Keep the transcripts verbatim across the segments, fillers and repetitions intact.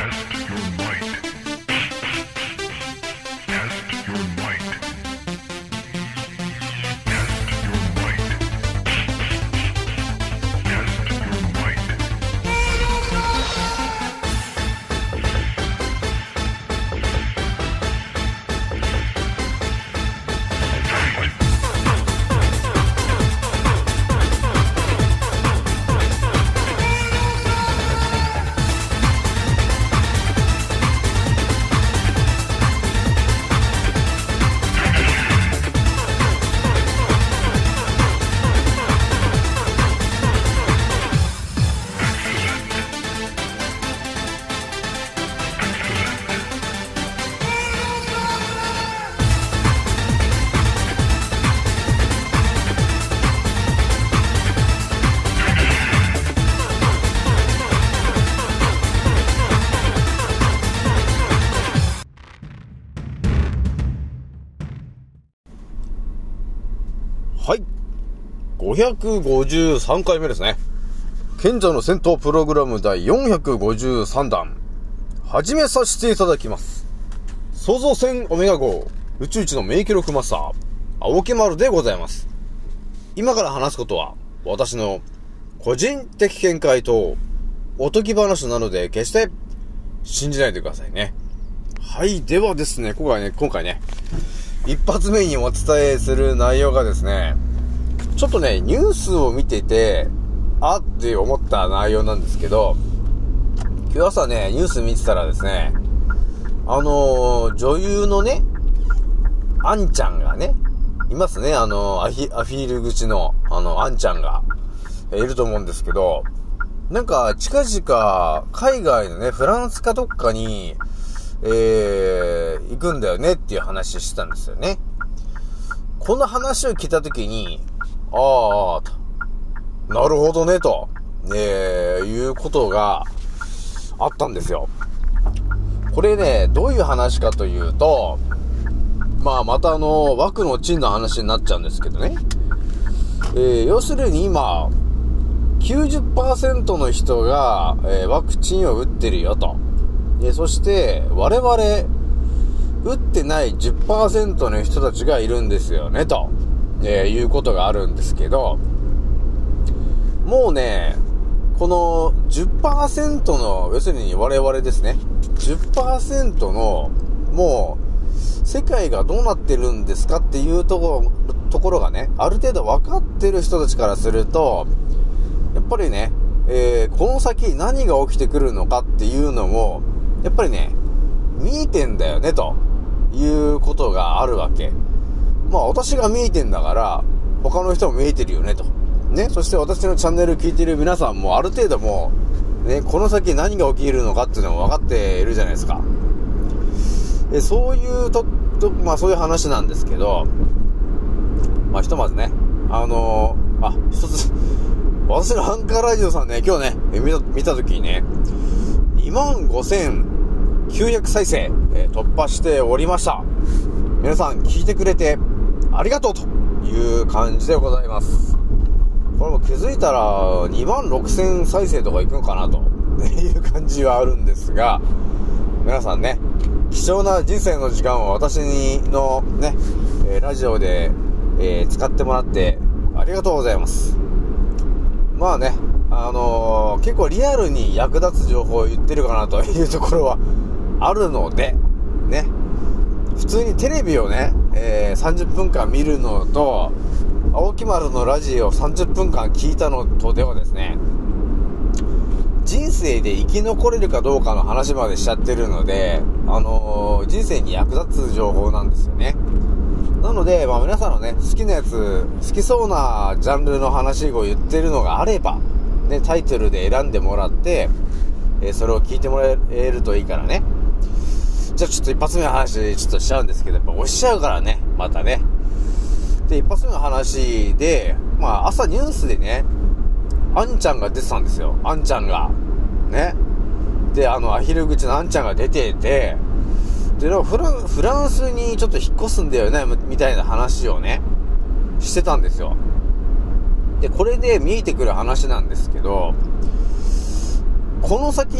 はい。ごひゃくごじゅうさんかいめですね。賢者の戦闘プログラム第よんひゃくごじゅうさんだん。始めさせていただきます。創造船オメガ号宇宙一の名記録マスター、青木丸でございます。今から話すことは、私の個人的見解とおとぎ話なので、決して信じないでくださいね。はい。ではですね、今回ね、今回ね、一発目にお伝えする内容がですね、ちょっとね、ニュースを見てて、あって思った内容なんですけど、今日朝ね、ニュース見てたらですね、あのー、女優のね、あんちゃんがね、いますね、あのー、アヒ、アフィール口の、あの、あんちゃんが、えー、いると思うんですけど、なんか、近々、海外のね、フランスかどっかに、えー、行くんだよねっていう話してたんですよね。この話を聞いたときに、ああ、と、なるほどね、と、えー、いうことがあったんですよ。これね、どういう話かというと、まあ、またあの、枠のチンの話になっちゃうんですけどね。えー、要するに今、きゅうじゅっパーセント の人が、えー、ワクチンを打ってるよと。で、そして我々打ってない じゅっパーセント の人たちがいるんですよねと、えー、いうことがあるんですけど、もうね、この じゅっパーセント の要するに我々ですね、 じゅっパーセント のもう世界がどうなってるんですかっていうところ、ところがね、ある程度分かってる人たちからすると、やっぱりね、えー、この先何が起きてくるのかっていうのもやっぱりね、見えてんだよね、ということがあるわけ。まあ私が見えてんだから、他の人も見えてるよね、と。ね、そして私のチャンネル聞いてる皆さんもある程度もう、ね、この先何が起きるのかっていうのも分かっているじゃないですか。えそういうと、と、まあそういう話なんですけど、まあひとまずね、あのー、あ、一つ、私のアンカーラジオさんね、今日ね、見た、見たときにね、にまんごせんきゅうひゃくさいせい、えー、突破しておりました。皆さん聞いてくれてありがとうという感じでございます。これも気づいたらにまんろくせんさいせいとかいくのかなという感じはあるんですが、皆さんね、貴重な人生の時間を私のね、えー、ラジオで、えー、使ってもらってありがとうございます。まあね、あのー、結構リアルに役立つ情報を言ってるかなというところはあるので、ね。普通にテレビをね、えー、さんじゅっぷんかん見るのと、青木丸のラジオをさんじゅっぷんかん聞いたのとではですね、人生で生き残れるかどうかの話までしちゃってるので、あのー、人生に役立つ情報なんですよね。なので、まあ皆さんのね、好きなやつ、好きそうなジャンルの話を言ってるのがあれば、ね、タイトルで選んでもらって、えー、それを聞いてもらえるといいからね。じゃあちょっと一発目の話ちょっとしちゃうんですけど、やっぱ押しちゃうからね、またね。で、一発目の話で、まあ朝ニュースでね、あんちゃんが出てたんですよ。あんちゃんが。ね。で、あの、アヒル口のあんちゃんが出てて、で、フラン、フランスにちょっと引っ越すんだよね、みたいな話をね、してたんですよ。で、これで見えてくる話なんですけど、この先ね、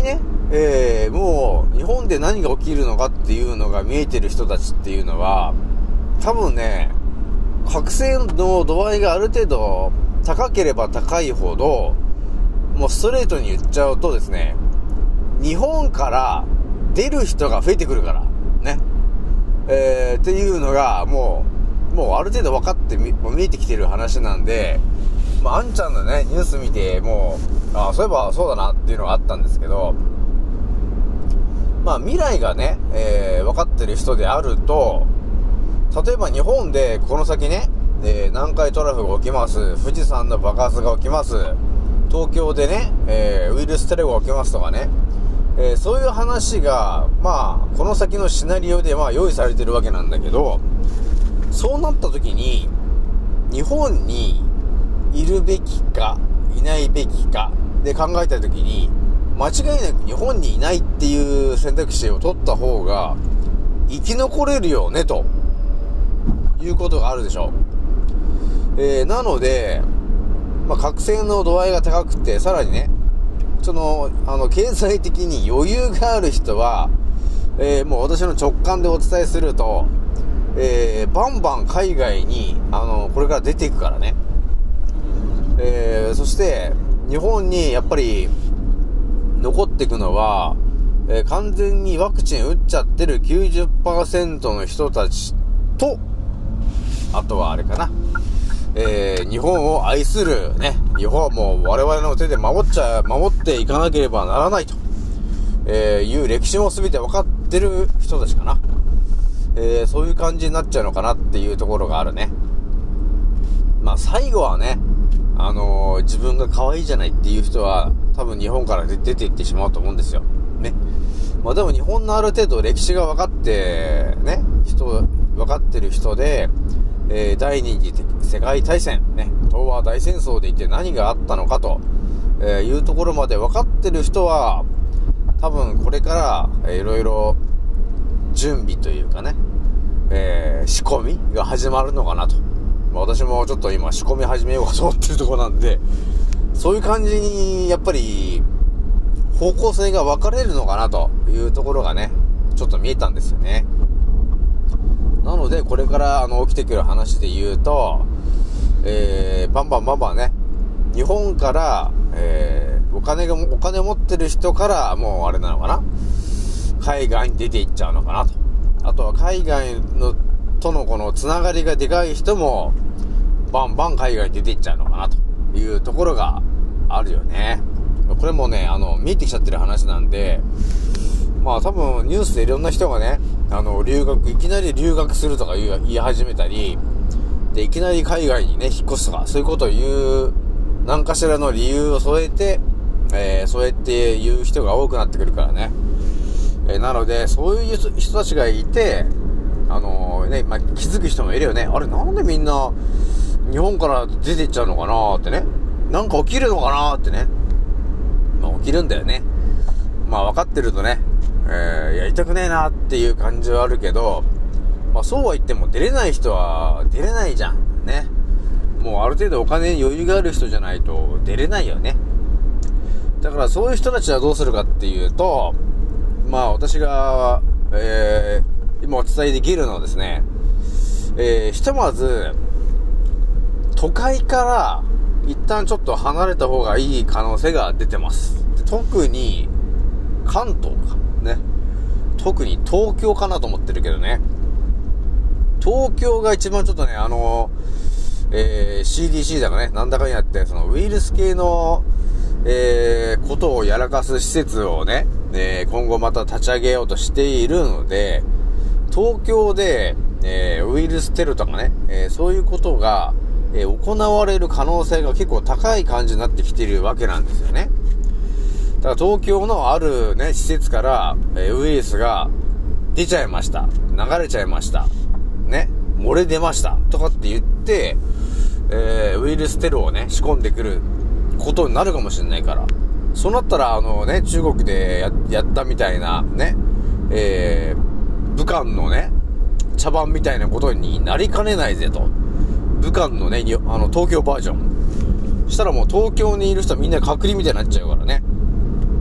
えー、もう日本で何が起きるのかっていうのが見えてる人たちっていうのは、多分ね、覚醒の度合いがある程度高ければ高いほど、もうストレートに言っちゃうとですね、日本から出る人が増えてくるからね、えー、っていうのがもうもうある程度分かってみ見えてきてる話なんで、まあ、あんちゃんのねニュース見てもうあそういえばそうだなっていうのがあったんですけど、まあ未来がね、えー、分かってる人であると、例えば日本でこの先ね、えー、南海トラフが起きます、富士山の爆発が起きます、東京でね、えー、ウイルステロが起きますとかね、えー、そういう話がまあこの先のシナリオでまあ用意されてるわけなんだけど、そうなった時に日本にいるべきかいないべきかで考えた時に、間違いなく日本にいないっていう選択肢を取った方が生き残れるよねということがあるでしょう。えー、なので、まあ、覚醒の度合いが高くて、さらにね、そのあの経済的に余裕がある人は、えー、もう私の直感でお伝えすると、えー、バンバン海外にあのこれから出ていくからね。えー、そして日本にやっぱり残っていくのは、えー、完全にワクチン打っちゃってる きゅうじゅっパーセント の人たちと、あとはあれかな、えー、日本を愛するね、日本はもう我々の手で守っちゃ守っていかなければならないと、えー、いう歴史も全て分かってる人たちかな。えー、そういう感じになっちゃうのかなっていうところがあるね。まあ最後はね、あのー、自分が可愛いじゃないっていう人は多分日本から出て行ってしまうと思うんですよね。まあでも日本のある程度歴史が分かってね、人分かってる人で、えー、第二次世界大戦ね、東亜大戦争でいて何があったのかと、えー、いうところまで分かってる人は多分これから、えー、いろいろ準備というかね、えー、仕込みが始まるのかなと。まあ、私もちょっと今仕込み始めようかと思ってるところなんで、そういう感じにやっぱり方向性が分かれるのかなというところがね、ちょっと見えたんですよね。なのでこれからあの起きてくる話で言うと、えー、バンバンバンバンね、日本から、えー、お金がお金持ってる人からもうあれなのかな、海外に出ていっちゃうのかなと。あとは海外のとのこのつながりがでかい人もバンバン海外に出ていっちゃうのかなというところがあるよね。これもね、あの見えてきちゃってる話なんで、まあ多分ニュースでいろんな人がね、あの留学いきなり留学するとか言い、言い始めたりで、いきなり海外にね引っ越すとか、そういうことを言う何かしらの理由を添えて、えー、そうやって言う人が多くなってくるからね。えー、なのでそういう人たちがいて、あのー、ね、まあ、気づく人もいるよね。あれなんでみんな日本から出ていっちゃうのかなーってね、なんか起きるのかなーってね、まあ起きるんだよね。まあ分かってるとね、えー、やりたくねえなっていう感じはあるけど、まあそうは言っても出れない人は出れないじゃんね。もうある程度お金に余裕がある人じゃないと出れないよね。だからそういう人たちはどうするかっていうと、まあ私が、えー、今お伝えできるのはですね、えー、ひとまず都会から一旦ちょっと離れた方がいい可能性が出てます。特に関東かね、特に東京かなと思ってるけどね。東京が一番ちょっとね、あのーえー、シーディーシー だかね、なんだかにやってそのウイルス系の、えー、ことをやらかす施設をね、えー、今後また立ち上げようとしているので、東京で、えー、ウイルステロとかね、えー、そういうことが、えー、行われる可能性が結構高い感じになってきているわけなんですよね。だから東京のあるね施設から、えー、ウイルスが出ちゃいました、流れちゃいましたね、漏れ出ましたとかって言って、えー、ウイルステロをね仕込んでくることになるかもしれないから、そうなったらあのね中国で や, やったみたいなね、えー、武漢のね茶番みたいなことになりかねないぜと。武漢のねあの東京バージョンしたらもう東京にいる人はみんな隔離みたいになっちゃうからね。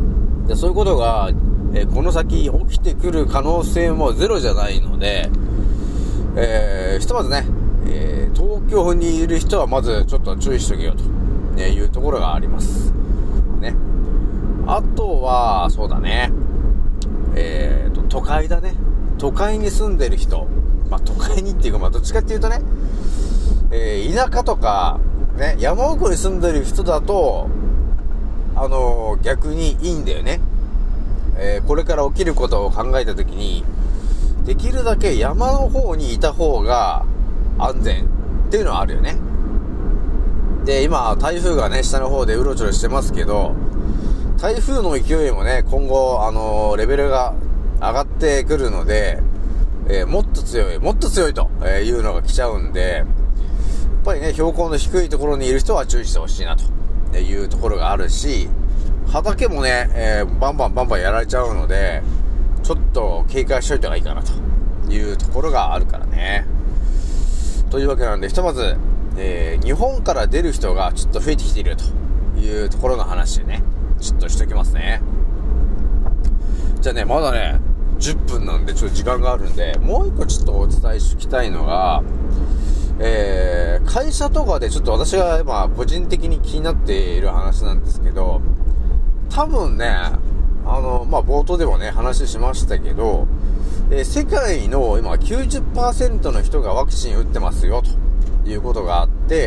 で、そういうことが、えー、この先起きてくる可能性もゼロじゃないので、えー、ひとまずね、えー、東京にいる人はまずちょっと注意しとけよと、ね、いうところがありますね。あとはそうだね、えーと都会だね。都会に住んでる人、まあ都会にっていうか、まあどっちかっていうとね、えー、田舎とかね、山奥に住んでる人だとあのー、逆にいいんだよね。えー、これから起きることを考えたときに、できるだけ山の方にいた方が安全っていうのはあるよね。で、今台風がね下の方でうろちょろしてますけど、台風の勢いもね今後あのー、レベルが上がってくるので、えー、もっと強いもっと強いというのが来ちゃうんで、やっぱりね標高の低いところにいる人は注意してほしいなとっていうところがあるし、畑もね、えー、バンバンバンバンやられちゃうので、ちょっと警戒しといた方がいいかなというところがあるからね。というわけなんで、ひとまず、えー、日本から出る人がちょっと増えてきているというところの話でね、ちょっとしときますね。じゃあね、まだねじゅっぷんなんでちょっと時間があるんで、もう一個ちょっとお伝えしておきたいのが、えー、会社とかでちょっと私が今個人的に気になっている話なんですけど、多分ね、あの、まあ、冒頭でもね、話しましたけど、えー、世界の今 きゅうじゅっパーセント の人がワクチン打ってますよ、ということがあって、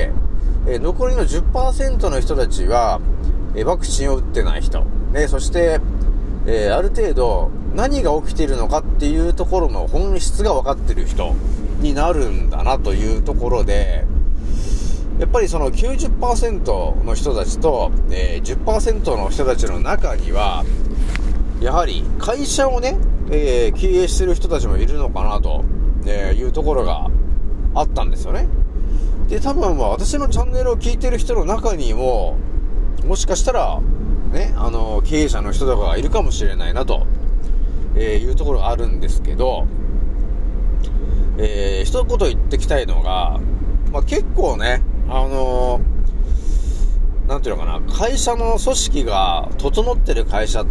えー、残りの じゅっパーセント の人たちは、えー、ワクチンを打ってない人。ね、そして、えー、ある程度、何が起きているのかっていうところの本質が分かっている人になるんだなというところで、やっぱりその きゅうじゅっパーセント の人たちと、えー、じゅっパーセント の人たちの中には、やはり会社をね、えー、経営してる人たちもいるのかなと、えー、いうところがあったんですよね。で、多分まあ私のチャンネルを聞いてる人の中にも、もしかしたら、ね、あの、経営者の人とかがいるかもしれないなと、えー、いうところがあるんですけど、えー、一言言ってきたいのが、まあ結構ね、あのー、なんていうのかな、会社の組織が整ってる会社って、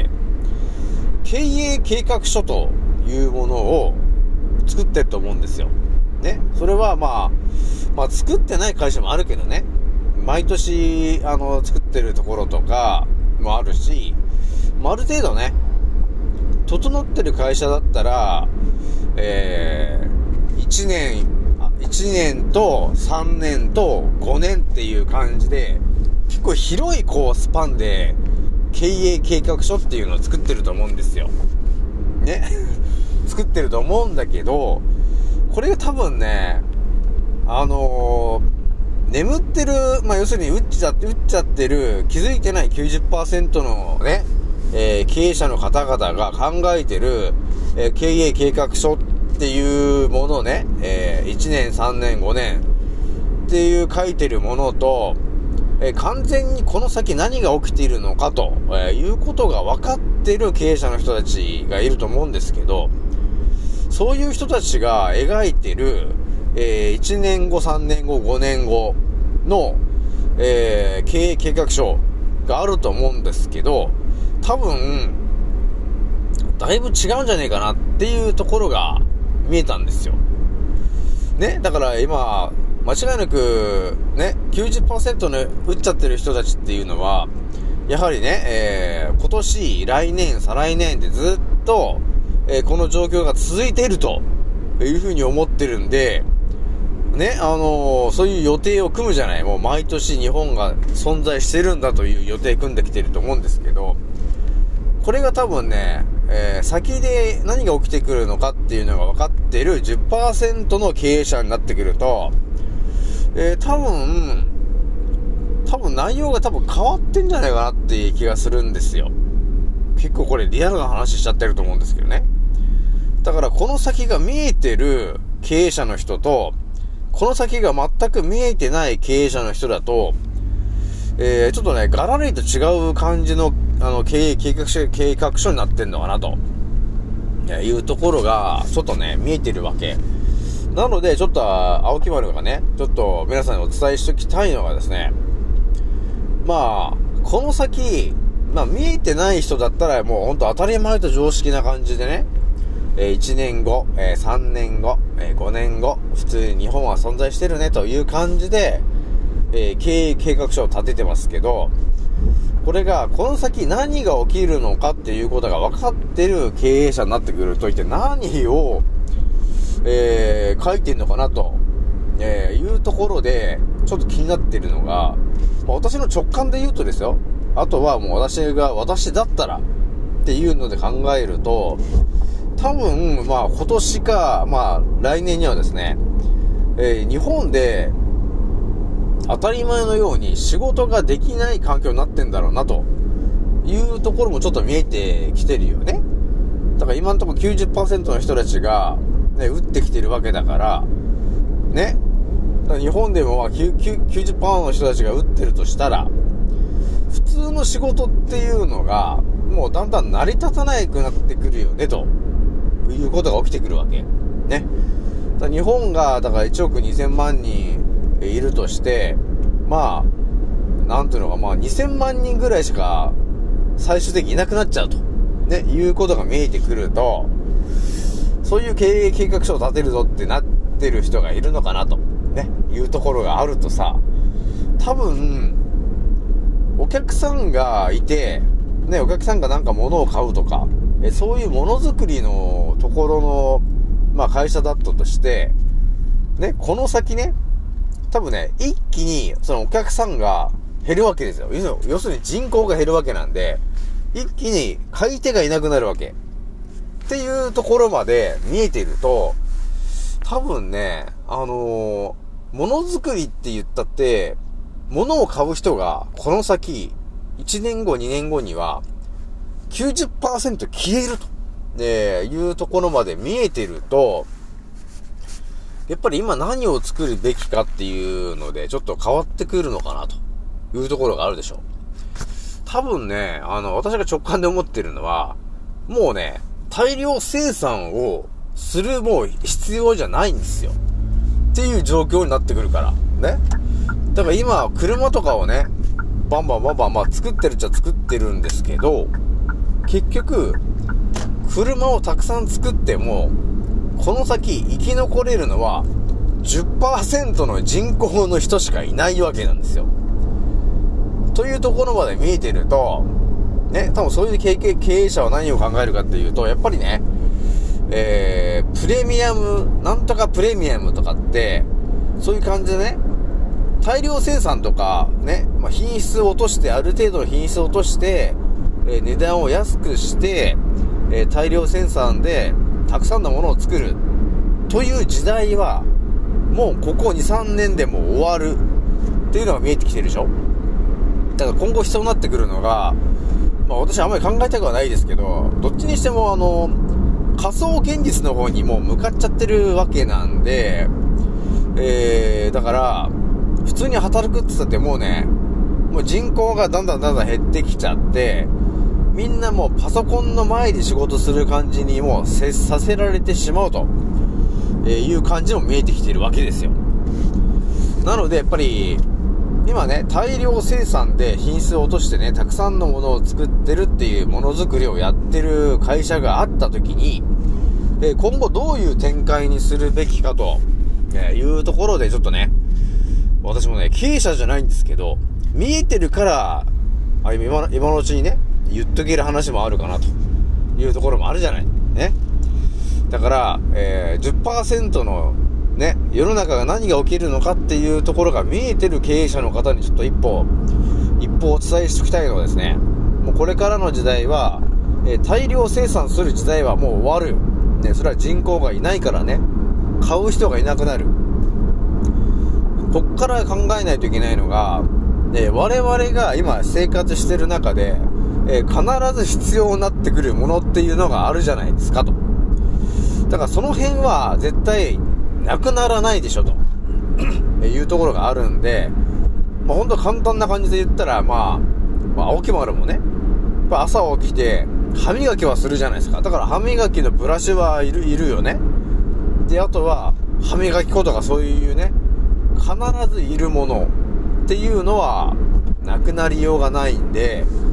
経営計画書というものを作ってると思うんですよ。ね。それはまあ、まあ作ってない会社もあるけどね、毎年、あの、作ってるところとかもあるし、まあ、ある程度ね、整ってる会社だったら、えー、いちねん、いちねんとさんねんとごねんっていう感じで、結構広いこうスパンで経営計画書っていうのを作ってると思うんですよ。ね。作ってると思うんだけど、これが多分ね、あのー、眠ってる、まあ、要するに打っちゃって、打っちゃってる、気づいてない きゅうじゅっパーセント のね、えー、経営者の方々が考えてる、えー、経営計画書っていうものをね、えー、いちねん、さんねん、ごねんっていう書いてるものと、えー、完全にこの先何が起きているのかと、えー、いうことが分かっている経営者の人たちがいると思うんですけど、そういう人たちが描いてる、えー、いちねんご、さんねんご、ごねんごの、えー、経営計画書があると思うんですけど、多分だいぶ違うんじゃねえかなっていうところが見えたんですよね。だから今間違いなくね きゅうじゅっパーセント の打っちゃってる人たちっていうのはやはりね、えー、今年来年再来年でずっと、えー、この状況が続いているというふうに思ってるんでね、あのー、そういう予定を組むじゃない。もう毎年日本が存在してるんだという予定組んできてると思うんですけど、これが多分ね、えー、先で何が起きてくるのかっていうのが分かっている じゅっパーセント の経営者になってくると、えー、多分多分内容が多分変わってんじゃないかなっていう気がするんですよ。結構これリアルな話しちゃってると思うんですけどね。だからこの先が見えてる経営者の人とこの先が全く見えてない経営者の人だと、えー、ちょっとねガラリと違う感じのあの経営計画書計画書になってんのかなというところがちょっとね見えてるわけなので、ちょっと青木丸がねちょっと皆さんにお伝えしておきたいのがですね、まあこの先まあ見えてない人だったらもうほんと当たり前と常識な感じでね、えー、いちねんご、えー、さんねんご、えー、ごねんご、普通に日本は存在してるねという感じで、えー、経営計画書を立ててますけど、これがこの先何が起きるのかっていうことが分かってる経営者になってくると、一体何を、えー、書いてんのかなと、えー、いうところでちょっと気になってるのが、まあ、私の直感で言うとですよ、あとはもう私が私だったらっていうので考えると、多分まあ今年かまあ来年にはですね、えー、日本で当たり前のように仕事ができない環境になってんだろうなというところもちょっと見えてきてるよね。だから今のところ きゅうじゅっパーセント の人たちが、ね、打ってきてるわけだからね。だから日本でもまあ きゅうじゅっパーセント の人たちが打ってるとしたら、普通の仕事っていうのがもうだんだん成り立たなくなってくるよねということが起きてくるわけね。だ日本がだからいちおくにせんまんにんいるとして、まあなんていうのか、まあにせんまんにんぐらいしか最終的にいなくなっちゃうとね、いうことが見えてくると、そういう経営計画書を立てるぞってなってる人がいるのかなとね、いうところがあるとさ、多分お客さんがいてね、お客さんがなんか物を買うとか、えそういうものづくりのところの、まあ、会社だったとしてね、この先ね、多分ね、一気にそのお客さんが減るわけですよ。要するに人口が減るわけなんで、一気に買い手がいなくなるわけっていうところまで見えていると、多分ね、あのー、ものづくりって言ったって物を買う人がこの先いちねんごにねんごには きゅうじゅっパーセント 消えると、ね、いうところまで見えてると、やっぱり今何を作るべきかっていうのでちょっと変わってくるのかなというところがあるでしょう。多分ね、あの私が直感で思ってるのは、もうね、大量生産をするもう必要じゃないんですよっていう状況になってくるからね。だから今車とかをね、バンバンバンバンまあ作ってるっちゃ作ってるんですけど、結局車をたくさん作ってもこの先生き残れるのは じゅっパーセント の人口の人しかいないわけなんですよ。というところまで見えてるとね、多分そういう経営、経営者は何を考えるかっていうと、やっぱりね、えー、プレミアムなんとかプレミアムとかってそういう感じでね、大量生産とかね、まあ、品質を落として、ある程度の品質を落として、えー、値段を安くして、えー、大量生産でたくさんのものを作るという時代はもうここ にさんねんでも終わるっていうのが見えてきてるでしょ。だから今後必要になってくるのが、まあ私あんまり考えたくはないですけど、どっちにしてもあの仮想現実の方にもう向かっちゃってるわけなんで、えー、だから普通に働くって言ったってもうね、もう人口がだんだんだんだん減ってきちゃって、みんなもうパソコンの前で仕事する感じにもう接させられてしまうという感じも見えてきているわけですよ。なのでやっぱり今ね、大量生産で品質を落としてね、たくさんのものを作ってるっていうものづくりをやってる会社があった時に、今後どういう展開にするべきかというところで、ちょっとね、私もね、経営者じゃないんですけど、見えてるからあ今の、今のうちにね言っとける話もあるかなというところもあるじゃないね。だから、えー、じゅっパーセント のね、世の中が何が起きるのかっていうところが見えてる経営者の方にちょっと一歩一歩お伝えしておきたいのはですね、もうこれからの時代は、えー、大量生産する時代はもう終わる、ね、それは人口がいないからね、買う人がいなくなる。こっから考えないといけないのが、えー、我々が今生活してる中で、えー、必ず必要になってくるものっていうのがあるじゃないですかと。だからその辺は絶対なくならないでしょというところがあるんで、まあ本当簡単な感じで言ったら、まあ、まあ青木丸もね、朝起きて歯磨きはするじゃないですか。だから歯磨きのブラシはいるいるよね。で、あとは歯磨き粉とかそういうね、必ずいるものっていうのはなくなりようがないんで、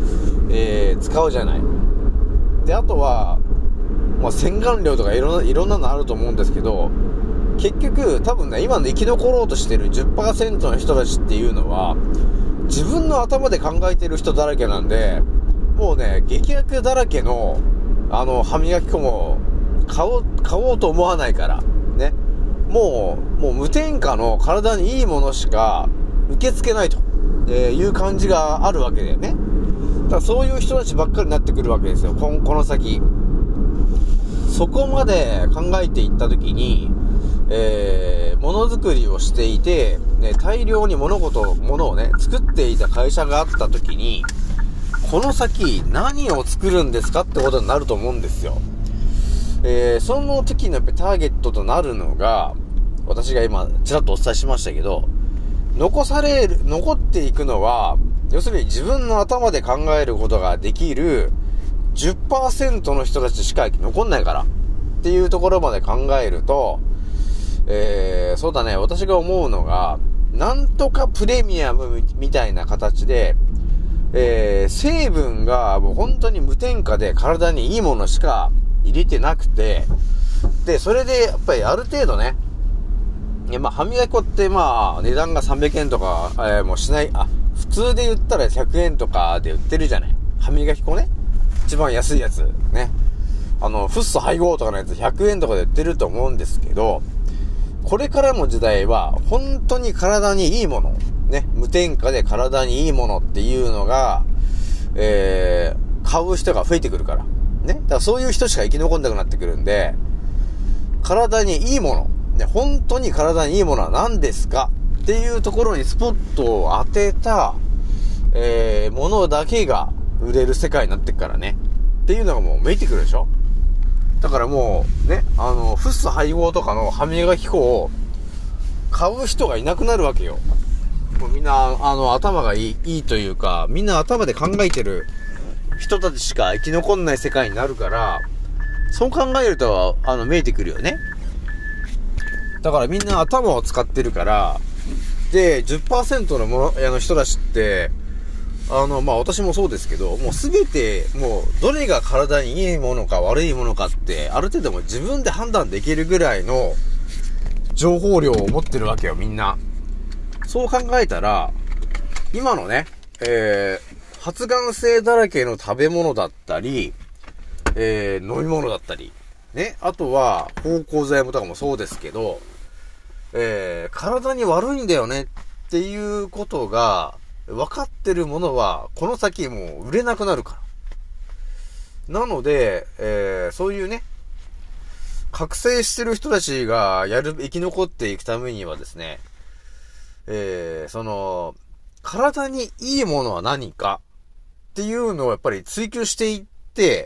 えー、使うじゃない。で、あとは、まあ、洗顔料とかいろんな、いろんなのあると思うんですけど、結局、多分ね、今の生き残ろうとしてる じゅっパーセント の人たちっていうのは、自分の頭で考えてる人だらけなんで、もうね、劇薬だらけの、あの、歯磨き粉も、買おう、買おうと思わないから、ね。もう、もう無添加の体にいいものしか受け付けないと、えー、いう感じがあるわけだよね。だからそういう人たちばっかりになってくるわけですよ、この、この先。そこまで考えていったときに、えー、ものづくりをしていて、ね、大量に物事、物をね、作っていた会社があったときに、この先何を作るんですかってことになると思うんですよ。えー、その時のやっぱりターゲットとなるのが、私が今ちらっとお伝えしましたけど、残される、残っていくのは、要するに自分の頭で考えることができる じゅっパーセント の人たちしか残んないからっていうところまで考えると、えー、そうだね、私が思うのが、なんとかプレミアムみたいな形で、えー、成分がもう本当に無添加で体にいいものしか入れてなくて、で、それでやっぱりある程度ね、いやまあ歯磨き粉ってまあ値段がさんびゃくえんとか、えー、もうしない、あ、普通で言ったらひゃくえんとかで売ってるじゃない。歯磨き粉ね。一番安いやつ。ね。あの、フッ素配合とかのやつひゃくえんとかで売ってると思うんですけど、これからの時代は本当に体にいいもの。ね。無添加で体にいいものっていうのが、えー、買う人が増えてくるから。ね。だからそういう人しか生き残んなくなってくるんで、体にいいもの。ね。本当に体にいいものは何ですかっていうところにスポットを当てた、えー、ものだけが売れる世界になってくからね。っていうのがもうめいてくるでしょ。だからもう、ね、あの、フッ素配合とかの歯磨き粉を買う人がいなくなるわけよ。もうみんな、あの、頭がいい、いいというか、みんな頭で考えてる人たちしか生き残んない世界になるから、そう考えると、あの、見えてくるよね。だからみんな頭を使ってるから、で、じゅっパーセント のもの、あの人たちって、あの、まあ、私もそうですけど、もうすべて、もう、どれが体にいいものか悪いものかって、ある程度も自分で判断できるぐらいの情報量を持ってるわけよ、みんな。そう考えたら、今のね、えー、発がん性だらけの食べ物だったり、えー、飲み物だったり、ね、あとは、芳香剤もとかもそうですけど、えー、体に悪いんだよねっていうことが、分かってるものは、この先もう売れなくなるから。なので、えー、そういうね、覚醒してる人たちがやる、生き残っていくためにはですね、えー、その、体にいいものは何かっていうのをやっぱり追求していって、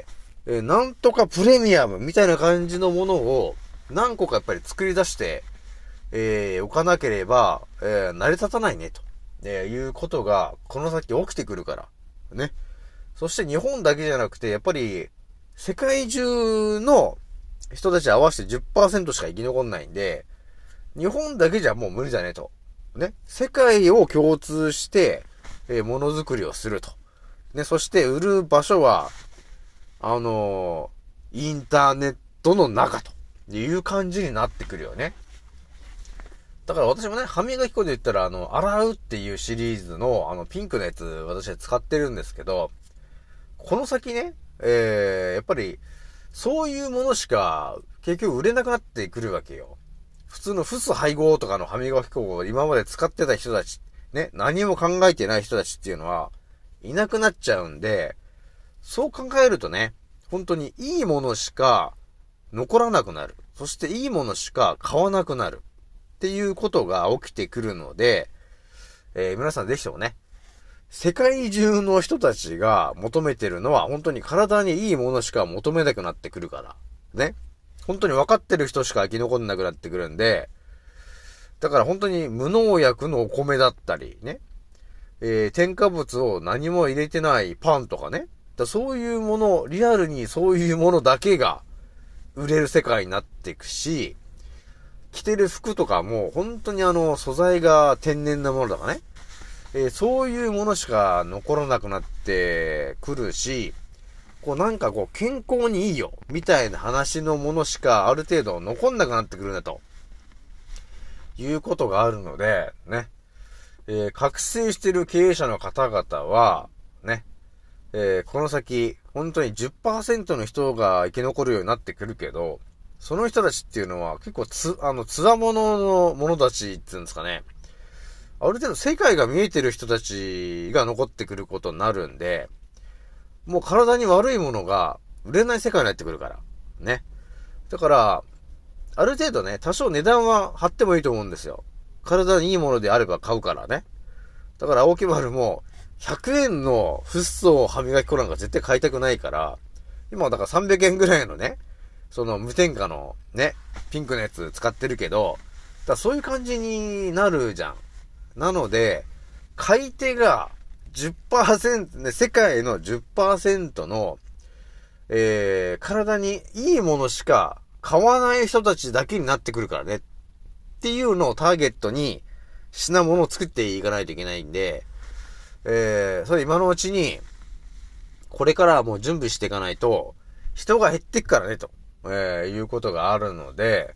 えー、なんとかプレミアムみたいな感じのものを何個かやっぱり作り出して、えー、おかなければ、えー、成り立たないねと。えー、いうことが、この先起きてくるから。ね。そして日本だけじゃなくて、やっぱり、世界中の人たち合わせて じゅっパーセント しか生き残んないんで、日本だけじゃもう無理だねと。ね。世界を共通して、えー、ものづくりをすると。ね。そして売る場所は、あのー、インターネットの中という感じになってくるよね。だから私もね、歯磨き粉で言ったら、あの、洗うっていうシリーズの、あの、ピンクのやつ、私は使ってるんですけど、この先ね、えー、やっぱり、そういうものしか、結局売れなくなってくるわけよ。普通のフッ素配合とかの歯磨き粉を今まで使ってた人たち、ね、何も考えてない人たちっていうのは、いなくなっちゃうんで、そう考えるとね、本当にいいものしか残らなくなる。そしていいものしか買わなくなる。っていうことが起きてくるので、えー、皆さんぜひともね、世界中の人たちが求めてるのは本当に体にいいものしか求めなくなってくるから。ね。本当に分かってる人しか生き残んなくなってくるんで、だから本当に無農薬のお米だったり、ね。えー、添加物を何も入れてないパンとかね。だそういうもの、リアルにそういうものだけが売れる世界になっていくし、着てる服とかも本当にあの素材が天然なものだからね、えー、そういうものしか残らなくなっってくるし、こうなんかこう健康にいいよみたいな話のものしかある程度残んなくなってくるんだということがあるのでね、えー、覚醒している経営者の方々はね、えー、この先本当に じゅっパーセント の人が生き残るようになってくるけど、その人たちっていうのは結構つあのつわものの者たちっていうんですかね、ある程度世界が見えてる人たちが残ってくることになるんで、もう体に悪いものが売れない世界になってくるから。ね。だから、ある程度ね、多少値段は張ってもいいと思うんですよ。体にいいものであれば買うからね。だから青木丸もひゃくえんのフッ素歯磨き粉なんか絶対買いたくないから、今はだからさんびゃくえんぐらいのね、その無添加のね、ピンクのやつ使ってるけど、だからそういう感じになるじゃん。なので、買い手がじゅっパーセント、ね、世界の じゅっパーセント の、えー、体にいいものしか買わない人たちだけになってくるからね。っていうのをターゲットに品物を作っていかないといけないんで、えー、それ今のうちに、これからはもう準備していかないと、人が減っていくからね、と、えー、いうことがあるので、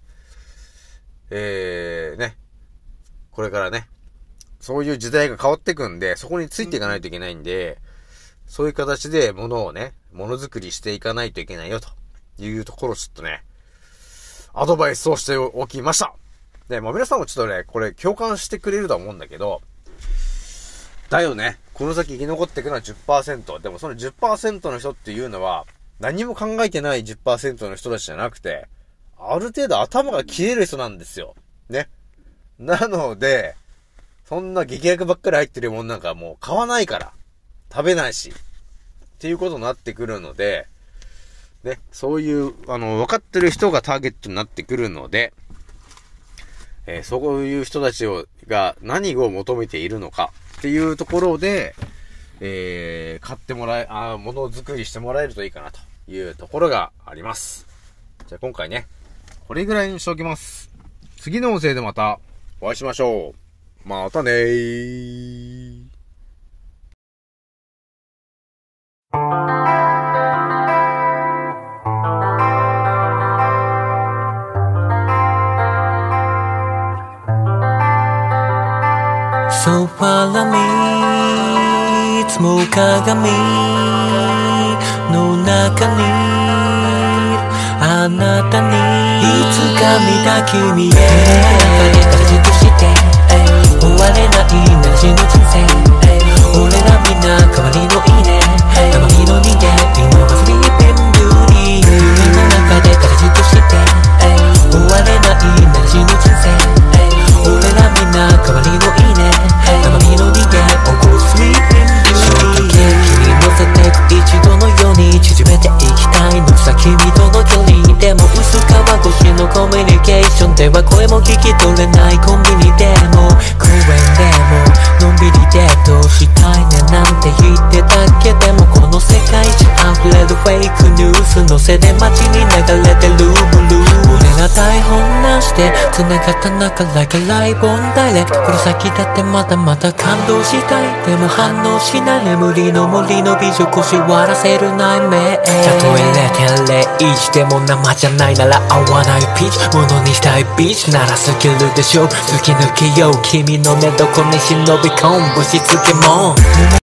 えー、ね、これからね、そういう時代が変わっていくんで、そこについていかないといけないんで、そういう形で物をね、ものづくりしていかないといけないよというところをちょっとね、アドバイスをしておきました。で、もう皆さんもちょっとね、これ共感してくれると思うんだけど、だよね、この先生き残っていくのは じゅっパーセント。でもその じゅっパーセント の人っていうのは、何も考えてない じゅっパーセント の人たちじゃなくて、ある程度頭が切れる人なんですよ。ね。なので、そんな激薬ばっかり入ってるもんなんかもう買わないから。食べないし。っていうことになってくるので、ね、そういう、あの、分かってる人がターゲットになってくるので、えー、そういう人たちを、が何を求めているのかっていうところで、えー、買ってもらえ、あ、ものづくりしてもらえるといいかなというところがあります。じゃあ今回ね、これぐらいにしておきます。次の音声でまたお会いしましょう。またねー。 ソファーにいつも鏡の中にあなたにいつか見た君へ中でからじっとして終われない私の人生俺らみんな代わりのいいね生身の人間今はスリーピングリー夢の中でからじっとして終われない私の人生俺らみんな代わりのいいね生身の人間起こすスリーピングリーショートケーキに乗せてく一度のように縮めていきたいのさ君との距離でも薄皮越しのコミュニケーションでは声も聞き取れないコンビニでも公園でものんびりデートしたいねなんて言ってたけでもこの世界中溢れるフェイクニュースのせで街に流れてるブルー俺ら台本なしで繋がった中 Like a live on direct この先だってまだまだ感動したいでも反応しない眠りの森の美女腰割らせる内面たとえ れいてんれいいち でも生じゃないなら合わないピーチものにしたいビーチならスキルでしょ突き抜けよう君の寝床に忍び込むぶしつけも